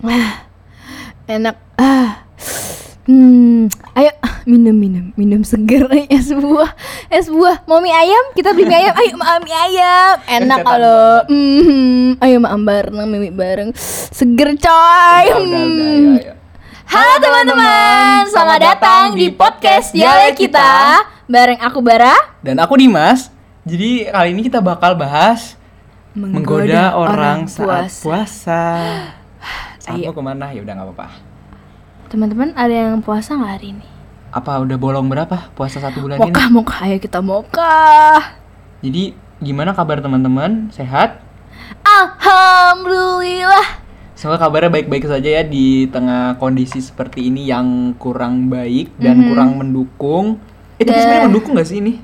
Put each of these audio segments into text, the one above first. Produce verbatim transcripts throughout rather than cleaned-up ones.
Ah, enak. Ah. Hmm, ayo minum minum minum seger es buah es buah mau mie ayam kita beli mie ayam ayo ma mie ayam enak kalau hmm, ayo makan bareng mie bareng seger coy. Udah, udah, udah, ayo, ayo. Halo teman-teman, selamat datang di podcast Dialek Kita bareng aku Bara dan aku Dimas. Jadi kali ini kita bakal bahas menggoda, menggoda orang, orang saat puasa. Saat mau kemana? Ya udah nggak apa-apa. Teman-teman ada yang puasa nggak hari ini? Apa udah bolong berapa puasa satu bulan ini? Mokah, mokah, ayo kita mokah. Jadi gimana kabar teman-teman? Sehat? Alhamdulillah. Semoga kabarnya baik-baik saja ya di tengah kondisi seperti ini yang kurang baik dan mm-hmm. kurang mendukung. Eh tapi sebenarnya mendukung nggak sih ini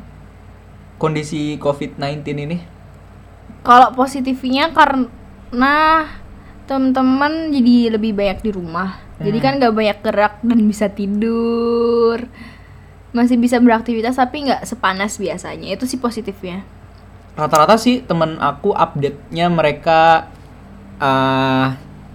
kondisi covid sembilan belas ini? Kalau positifnya karena teman-teman jadi lebih banyak di rumah. Jadi kan gak banyak gerak dan bisa tidur. Masih bisa beraktivitas tapi gak sepanas biasanya. Itu sih positifnya. Rata-rata sih temen aku update-nya mereka uh,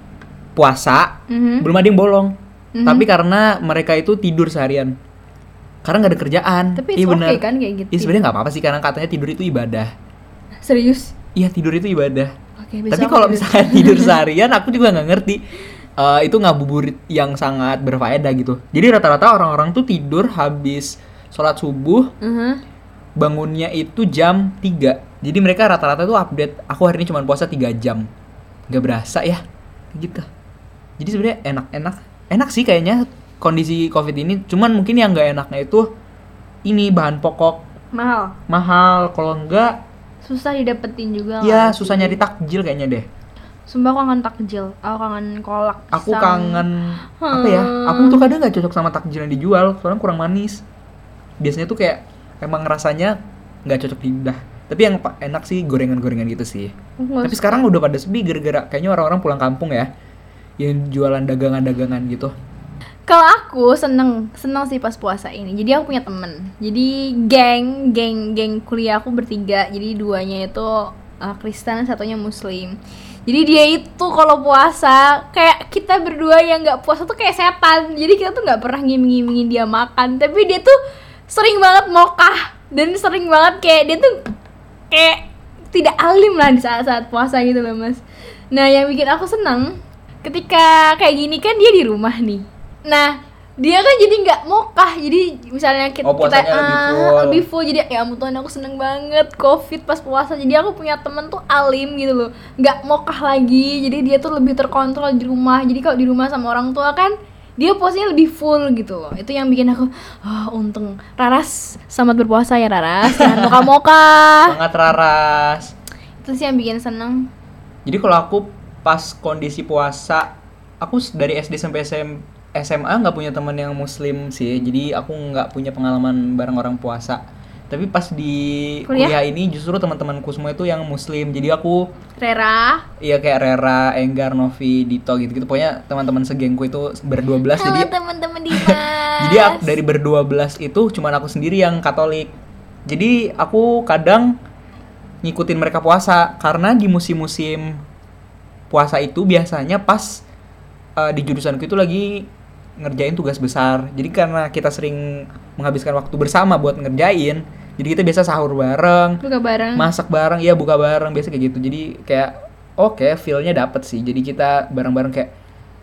puasa, mm-hmm. belum ada yang bolong. Mm-hmm. Tapi karena mereka itu tidur seharian. Karena gak ada kerjaan. Tapi itu oke okay kan kayak gitu. Iya sebenarnya gak apa-apa sih karena katanya tidur itu ibadah. Serius? Iya tidur itu ibadah. Okay, tapi kalau misalnya tidur seharian aku juga gak ngerti. Uh, itu ngabuburit yang sangat berfaedah gitu. Jadi rata-rata orang-orang tuh tidur habis sholat subuh, uh-huh. bangunnya itu jam tiga. Jadi mereka rata-rata tuh update, aku hari ini cuma puasa tiga jam. Gak berasa ya, gitu. Jadi sebenarnya enak-enak, enak sih kayaknya kondisi covid ini. Cuman mungkin yang gak enaknya itu ini bahan pokok mahal. Mahal, kalau enggak susah didapetin juga. Iya, susah nyari takjil kayaknya deh. Sumpah aku kangen takjil, aku kangen kolak pisang. Aku kangen, hmm. apa ya, aku tuh kadang gak cocok sama takjil yang dijual, soalnya kurang manis. Biasanya tuh kayak, emang rasanya gak cocok di lidah. Tapi yang enak sih gorengan-gorengan gitu sih. Nggak Tapi suka. Sekarang udah pada sepi gara-gara kayaknya orang-orang pulang kampung ya, yang jualan dagangan-dagangan gitu. Kalau aku seneng, seneng sih pas puasa ini. Jadi aku punya temen. Jadi geng, geng, geng kuliah aku bertiga. Jadi duanya itu uh, Kristen, satunya Muslim. Jadi dia itu kalau puasa kayak kita berdua yang nggak puasa tuh kayak setan. Jadi kita tuh nggak pernah ngiming-ngimingin dia makan. Tapi dia tuh sering banget mokah dan sering banget kayak dia tuh kayak tidak alim lah di saat-saat puasa gitu loh mas. Nah yang bikin aku seneng ketika kayak gini kan dia di rumah nih. Nah dia kan jadi nggak mokah, jadi misalnya kita, oh, kita lebih full. Uh, lebih full, jadi ya ampun Tuhan aku seneng banget covid pas puasa, jadi aku punya temen tuh alim gitu loh, nggak mokah lagi, jadi dia tuh lebih terkontrol di rumah. Jadi kalau di rumah sama orang tua kan dia puasanya lebih full gitu loh, itu yang bikin aku oh, untung. Raras selamat berpuasa ya Raras, jangan mokah-mokah. Semangat Raras. Itu sih yang bikin seneng. Jadi kalau aku pas kondisi puasa, aku dari S D sampai S M P S M A nggak punya teman yang muslim sih, jadi aku nggak punya pengalaman bareng orang puasa. Tapi pas di kuliah, kuliah ini justru teman-temanku semua itu yang muslim, jadi aku Rera, iya kayak Rera, Enggar, Novi, Dito gitu-gitu. Pokoknya teman-teman segengku itu berdua belas. Halo jadi teman-teman Dimas. Jadi aku, dari berdua belas itu cuma aku sendiri yang Katolik. Jadi aku kadang ngikutin mereka puasa karena di musim-musim puasa itu biasanya pas uh, di jurusanku itu lagi ngerjain tugas besar. Jadi karena kita sering menghabiskan waktu bersama buat ngerjain, jadi kita biasa sahur bareng, buka bareng, masak bareng, iya buka bareng, biasa kayak gitu. Jadi kayak oke, okay, feel-nya dapet sih. Jadi kita bareng-bareng kayak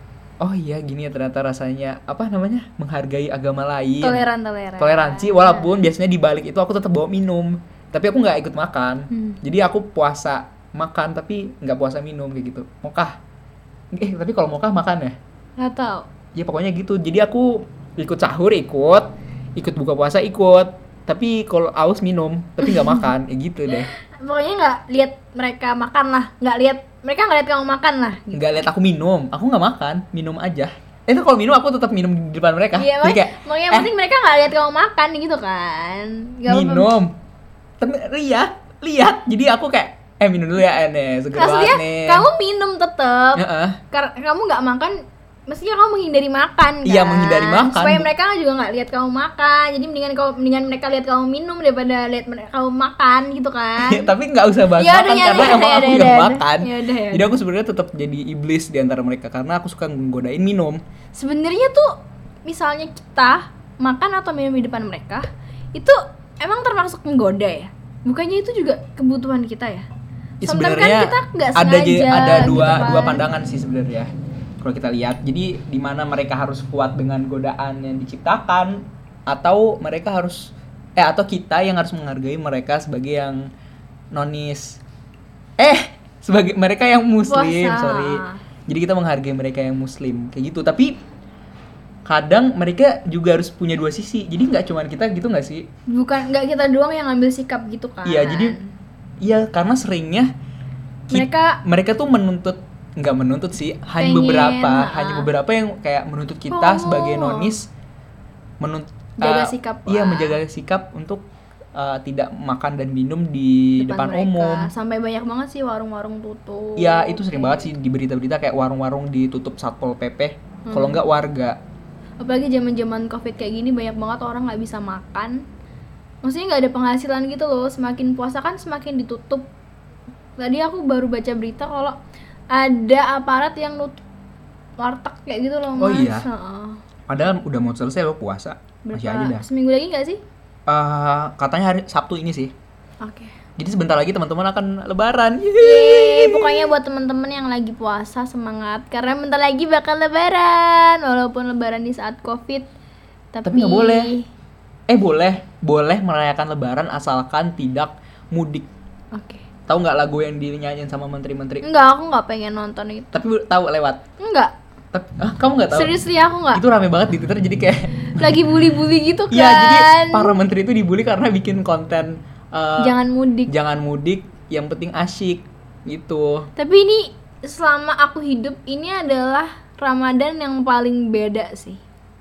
oh iya gini ya ternyata rasanya, apa namanya, menghargai agama lain. Toleran, toleran. Toleransi, walaupun biasanya di balik itu aku tetap bawa minum, tapi aku nggak ikut makan. Hmm. Jadi aku puasa makan tapi nggak puasa minum kayak gitu. Mokah. Eh tapi kalau mokah makan ya? Nggak tahu. Ya pokoknya gitu. Jadi aku ikut sahur ikut, ikut buka puasa ikut. Tapi kalau aus minum, tapi nggak makan, ya gitu deh. Pokoknya nggak lihat mereka makan lah, nggak lihat mereka nggak lihat kamu makan lah. Gitu. Nggak lihat aku minum, aku nggak makan, minum aja. Eh itu kalau minum aku tetap minum di depan mereka. Iya, jadi kayak, makanya yang penting eh, mereka nggak lihat kamu makan gitu kan. Gak minum, tapi lihat, lihat. Jadi aku kayak eh minum dulu ya, ene seger banget nih. Kamu minum tetap. Uh-uh. Karena kamu nggak makan. maksudnya kamu menghindari makan kan? Iya, menghindari makan. Supaya mereka juga nggak lihat kamu makan. Jadi mendingan kamu mendingan mereka lihat kamu minum daripada lihat mereka kamu makan gitu kan. Tapi nggak usah bahas Yaudah, makan yaudah, karena emang yaudah, aku yaudah, nggak yaudah. makan. Yaudah, yaudah. Jadi aku sebenarnya tetap jadi iblis di antara mereka karena aku suka nggodain minum. Sebenarnya tuh misalnya kita makan atau minum di depan mereka itu emang termasuk menggoda ya? Bukannya itu juga kebutuhan kita ya? Ya, Sometimes sebenarnya kan kita nggak ada sengaja je- ada dua gitu kan. dua pandangan sih sebenarnya. Kalau kita lihat, jadi di mana mereka harus kuat dengan godaan yang diciptakan atau mereka harus eh atau kita yang harus menghargai mereka sebagai yang nonis. Eh, sebagai mereka yang muslim, Puasa. sorry. Jadi kita menghargai mereka yang muslim kayak gitu. Tapi kadang mereka juga harus punya dua sisi. Jadi nggak cuma kita gitu nggak sih? Bukan nggak kita doang yang ngambil sikap gitu kan? Iya, jadi iya karena seringnya ki- Mereka- mereka tuh menuntut nggak menuntut sih, hanya Pengen, beberapa, ha-ha. hanya beberapa yang kayak menuntut kita Oh. sebagai nonis menuntut Jaga sikap iya lah. menjaga sikap untuk uh, tidak makan dan minum di depan, mereka. umum. Sampai banyak banget sih warung-warung tutup. Iya, itu sering Kayak- banget sih di berita-berita kayak warung-warung ditutup Satpol P P, kalau Hmm. nggak warga. Apalagi zaman-zaman Covid kayak gini banyak banget orang nggak bisa makan. Maksudnya nggak ada penghasilan gitu loh. Semakin puasa kan semakin ditutup. Tadi aku baru baca berita kalau ada aparat yang nutup warteg kayak gitu loh, Mas. Oh iya? Heeh. Padahal udah mau selesai loh puasa, masih aja Berapa dah. seminggu lagi nggak sih? Uh, katanya hari Sabtu ini sih. Oke. Jadi sebentar lagi teman-teman akan lebaran. Yeay, pokoknya buat teman-teman yang lagi puasa semangat karena bentar lagi bakal lebaran walaupun lebaran di saat Covid. Tapi, Tapi nggak boleh. Eh boleh, boleh merayakan lebaran asalkan tidak mudik. Oke. Tahu nggak lagu yang dinyanyiin sama menteri-menteri? Enggak, aku nggak pengen nonton itu. Tapi tahu lewat. Enggak. Tapi ah, kamu nggak tahu? Seriously aku nggak. Itu rame banget di Twitter jadi kayak Lagi bully-bully gitu kan. Iya, jadi para menteri itu dibully karena bikin konten uh, Jangan mudik. jangan mudik, yang penting asyik gitu. Tapi ini selama aku hidup ini adalah Ramadan yang paling beda sih.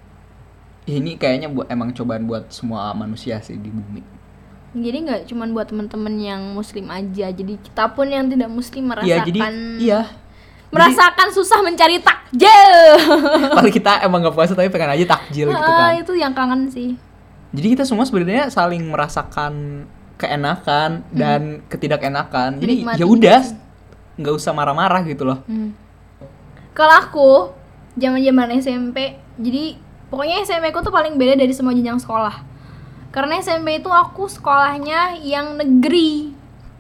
Ini kayaknya buat emang cobaan buat semua manusia sih di bumi. Jadi nggak cuma buat teman-teman yang muslim aja. Jadi kita pun yang tidak muslim merasakan. Iya, jadi iya. Merasakan susah mencari takjil. Kalau kita emang nggak puasa tapi pengen aja takjil gitu Ah, kan. itu yang kangen sih. Jadi kita semua sebenarnya saling merasakan keenakan dan ketidakenakan. Jadi Menikmati ya udah, gitu. nggak usah marah-marah gitu loh. Hmm. Kalau aku zaman-zaman S M P, jadi pokoknya S M P ku tuh paling beda dari semua jenjang sekolah. Karena S M P itu aku sekolahnya yang negeri.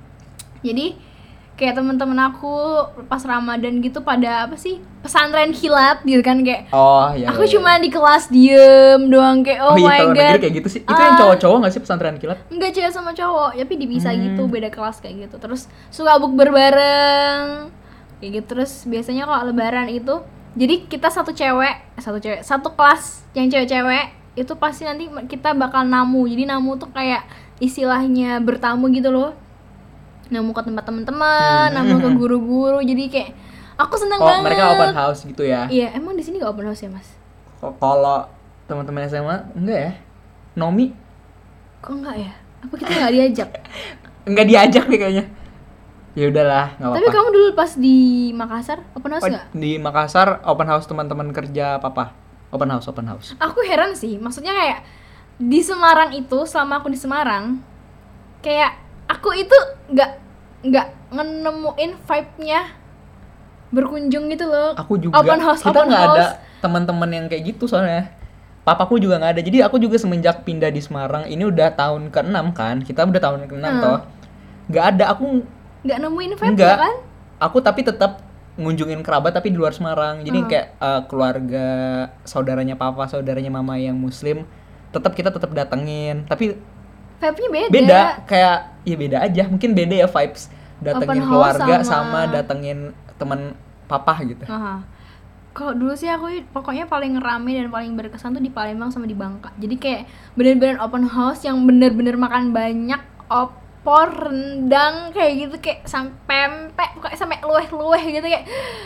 Jadi kayak teman-teman aku pas Ramadan gitu pada apa sih? Pesantren kilat gitu kan kayak Oh iya. aku iya, cuma iya. di kelas diem doang kayak oh, Oh, iya, my kalau god. negeri kayak gitu sih. Itu yang Ah. cowok-cowok nggak sih pesantren kilat? Enggak, cewek sama cowok, tapi dipisah Hmm. gitu, beda kelas kayak gitu. Terus suka bukber bareng. Kayak gitu. Terus biasanya kalau lebaran itu jadi kita satu cewek, satu cewek, satu kelas yang cewek-cewek itu pasti nanti kita bakal namu. Jadi namu tuh kayak istilahnya bertamu gitu loh. Namu ke tempat teman-teman, Hmm. namu ke guru-guru. Jadi kayak aku seneng Oh, banget. mereka open house gitu ya. Iya, emang di sini gak open house ya, Mas? K- Kalau teman-teman S M A enggak ya? Nomi Kok enggak ya? Apa kita nggak diajak? enggak diajak nih kayaknya. Ya udahlah, enggak Tapi apa-apa. kamu dulu pas di Makassar open house Oh, nggak? di Makassar open house teman-teman kerja papa. Open house, open house. Aku heran sih, maksudnya kayak di Semarang itu selama aku di Semarang kayak aku itu nggak nggak nemuin vibe-nya berkunjung gitu loh. Aku juga. Open house, Kita open nggak house. ada teman-teman yang kayak gitu soalnya. Papaku juga nggak ada. Jadi aku juga semenjak pindah di Semarang ini udah tahun keenam kan. Kita udah tahun keenam Hmm. toh. Nggak ada. Aku Nggak nemuin vibe Enggak. kan? Aku tapi tetap ngunjungin kerabat tapi di luar Semarang. Jadi Hmm. kayak uh, keluarga saudaranya papa, saudaranya mama yang muslim, tetap kita tetap datengin. Tapi Vibe-nya beda. beda, kayak ya beda aja. Mungkin beda ya vibes datengin Open house keluarga sama, sama datengin teman papa gitu. Aha. Kalau dulu sih aku pokoknya paling rame dan paling berkesan tuh di Palembang sama di Bangka. Jadi kayak bener-bener open house yang bener-bener makan banyak, opor, rendang kayak gitu, kayak sampai pempek, pokoknya sampai luweh-luweh gitu, kayak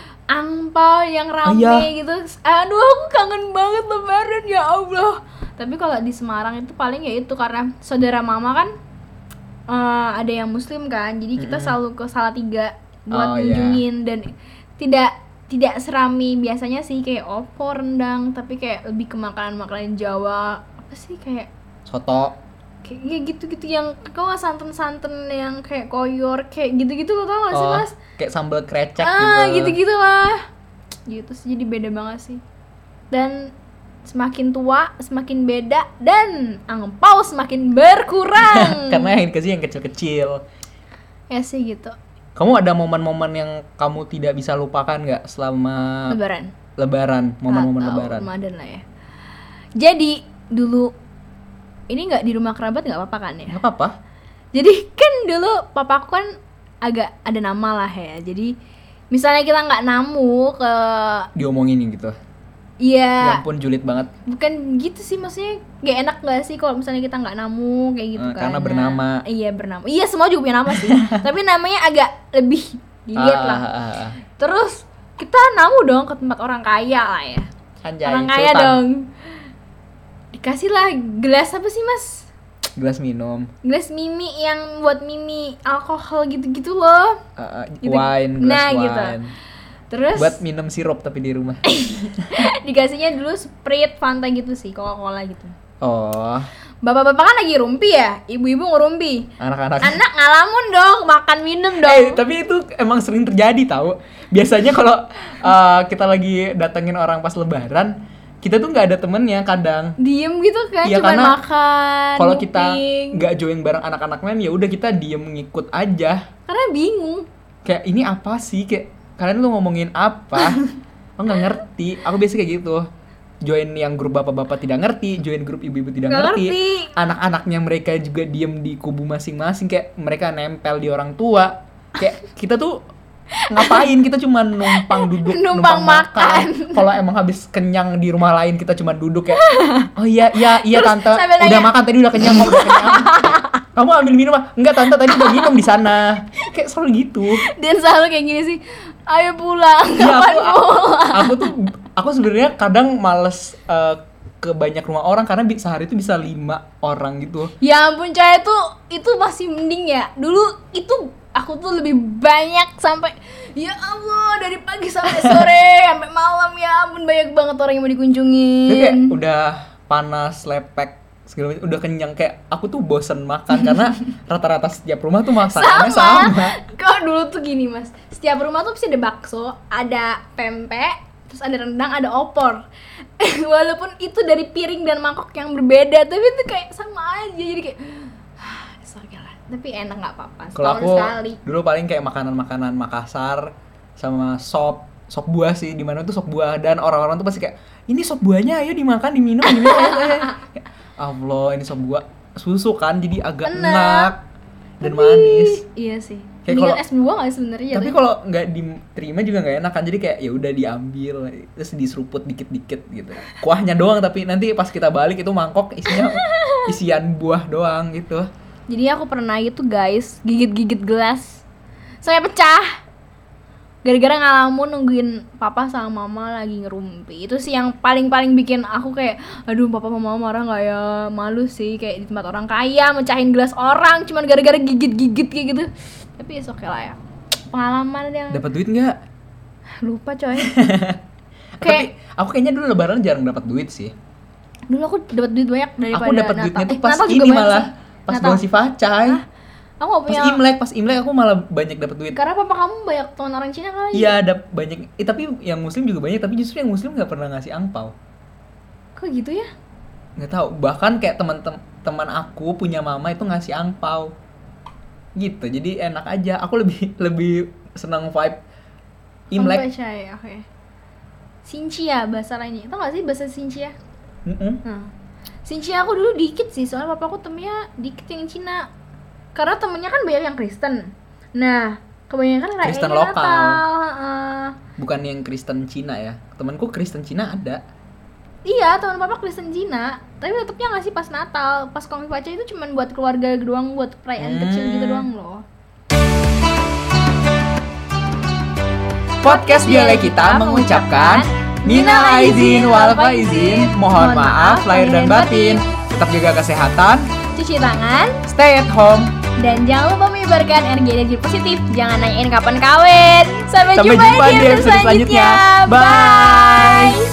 angpau yang rame iya. gitu. Aduh, aku kangen banget lebaran, ya Allah. Tapi kalau di Semarang itu paling ya itu karena saudara mama kan eh, ada yang muslim kan. Jadi kita Mm-mm. selalu ke Salatiga buat Oh, iya. ngunjungin dan tidak tidak serami biasanya sih, kayak opor, rendang, tapi kayak lebih ke makanan-makanan Jawa. Apa sih, kayak soto kayak ya gitu-gitu yang kau nggak santen-santen yang kayak koyor kayak gitu-gitu lo tau gak sih oh, Mas? kayak sambal krecek Ah gitu. gitu-gitu lah. Gitu sih, jadi beda banget sih. Dan semakin tua semakin beda dan angpau semakin berkurang. Karena yang dikasih yang kecil-kecil. Ya sih gitu. Kamu ada momen-momen yang kamu tidak bisa lupakan nggak selama Lebaran. Lebaran, momen-momen Atau Lebaran? Ramadan lah ya. Jadi dulu ini nggak di rumah kerabat nggak apa-apa kan ya? Nggak apa-apa. Jadi kan dulu papaku kan agak ada nama lah ya. Jadi misalnya kita nggak namu ke, Diomongin gitu. iya. Ya ampun, julid banget. Bukan gitu sih, maksudnya gak enak gak sih kalau misalnya kita nggak namu kayak gitu Eh, kan? karena bernama. Nah, iya bernama. Iya semua juga punya nama sih. Tapi namanya agak lebih dilihat Ah, lah. ah, ah, ah. Terus kita namu dong ke tempat orang kaya lah ya. Anjay, orang kaya Sultan. dong. Dikasih lah gelas apa sih Mas? Gelas minum, Gelas mimi yang buat mimi alkohol gitu-gitu loh. uh, uh, Gitu. wine, gelas Nah, wine. gitu. Terus Buat minum sirup tapi di rumah. dikasihnya dulu Sprite, Fanta gitu sih, Coca-Cola gitu. Oh, Bapak-bapak kan lagi rumpi ya, ibu-ibu ngerumpi. anak-anak. Anak ngalamun dong, makan minum dong. Eh, tapi itu emang sering terjadi tahu. Biasanya kalau uh, kita lagi datengin orang pas lebaran, kita tuh nggak ada temennya kadang. Diem gitu kan, Iya, cuma karena makan. Kalau kita nguping. nggak join bareng anak-anak lain, ya udah kita diem ngikut aja. Karena bingung. Kayak ini apa sih? Kayak kalian tuh ngomongin apa? Aku nggak ngerti. Aku biasa kayak gitu. Join yang grup bapak-bapak tidak ngerti, join grup ibu-ibu tidak Nggak ngerti. ngerti. Anak-anaknya mereka juga diem di kubu masing-masing, kayak mereka nempel di orang tua. Kayak kita tuh ngapain? Kita cuma numpang duduk, Numpang makan. Kalau emang habis kenyang di rumah lain, kita cuma duduk kayak, oh iya iya iya Terus tante, sambil udah nanya, makan tadi, udah kenyang kok, udah kenyang. Kamu ambil minum ah? Enggak tante, tadi udah minum di sana. Kayak selalu gitu. Dan selalu kayak gini sih, ayo pulang, Ya, kapan aku, aku, pulang? aku tuh aku sebenarnya kadang males uh, ke banyak rumah orang karena bi- sehari itu bisa lima orang gitu. Ya ampun coy, itu itu masih mending ya. Dulu itu aku tuh lebih banyak sampai, ya Allah, dari pagi sampai sore sampai malam, ya ampun banyak banget orang yang mau Jadi dikunjungin. kayak udah panas, lepek, segala macam, udah kenyang, kayak aku tuh bosen makan karena rata-rata setiap rumah tuh masakannya sama. sama. Kalau dulu tuh gini Mas, setiap rumah tuh pasti ada bakso, ada pempek, terus ada rendang, ada opor. Walaupun itu dari piring dan mangkok yang berbeda, tapi itu kayak sama aja, jadi kayak it's okay lah. Tapi enak, nggak apa-apa. Kalau Setahun aku sekali. dulu paling kayak makanan-makanan Makassar sama sop sop buah sih, di mana tuh sop buah, dan orang-orang tuh pasti kayak, ini sop buahnya, ayo dimakan, diminum, diminum. ayo, ayo. Kayak, Allah, ini sop buah susu kan, jadi agak Enak. enak dan Tapi, manis. Iya sih. Kayak Mendingan kalau- es buah nggak sih sebenarnya? Tapi kalau nggak diterima juga nggak enak kan, jadi kayak ya udah diambil terus diseruput dikit-dikit gitu. Kuahnya doang, tapi nanti pas kita balik itu mangkok isinya isian buah doang gitu. Jadi aku pernah itu guys, gigit-gigit gelas sampai pecah. Gara-gara ngalamun nungguin papa sama mama lagi ngerumpi. Itu sih yang paling-paling bikin aku kayak, aduh papa sama mama marah nggak ya? Malu sih kayak di tempat orang kaya mecahin gelas orang cuman gara-gara gigit-gigit kayak gitu. Tapi is oke lah ya. Pengalaman yang Dapat duit nggak? lupa coy. Tapi Kayak aku kayaknya dulu lebaran jarang dapat duit sih. dulu aku dapat duit banyak daripada Aku dapat Natal. duitnya tuh Eh, pas Natal juga ini banyak malah sih. pas Natal. bulan si Facai. Hah? Aku gak Pas punya. Imlek, pas Imlek aku malah banyak dapat duit. Karena papa kamu banyak teman orang Cina kali. Iya, ada banyak. Eh, tapi yang muslim juga banyak, tapi justru yang muslim nggak pernah ngasih angpau. Kok gitu ya? Nggak tahu, bahkan kayak teman-teman aku punya mama itu ngasih angpau gitu, jadi enak aja. Aku lebih lebih senang vibe Imlek. Kamu baca ya, oke. Sincia bahasa lainnya. Tau gak sih bahasa Sincia? Mm-mm. Nah, Sincia aku dulu dikit sih, soalnya papa aku temennya dikit yang Cina. Karena temennya kan banyak yang Kristen. Nah, kebanyakan rayanya Kristen lokal. Natal. heeh. Bukan yang Kristen Cina ya, temanku Kristen Cina ada. Iya, teman papa Kristen Cina, tapi tetapnya ngasih pas Natal. Pas Kongsi Paca itu cuman buat keluarga doang, buat perayaan Hmm. kecil gitu doang loh. Podcast Dialek Kita mengucapkan minal aizin wal faizin, mohon maaf lahir dan batin. Tetap jaga kesehatan, Cuci tangan, stay at home. Dan jangan lupa menyebarkan energi energi positif. Jangan nanyain kapan kawin. Sampai, Sampai jumpa, jumpa di episode selanjutnya. Bye.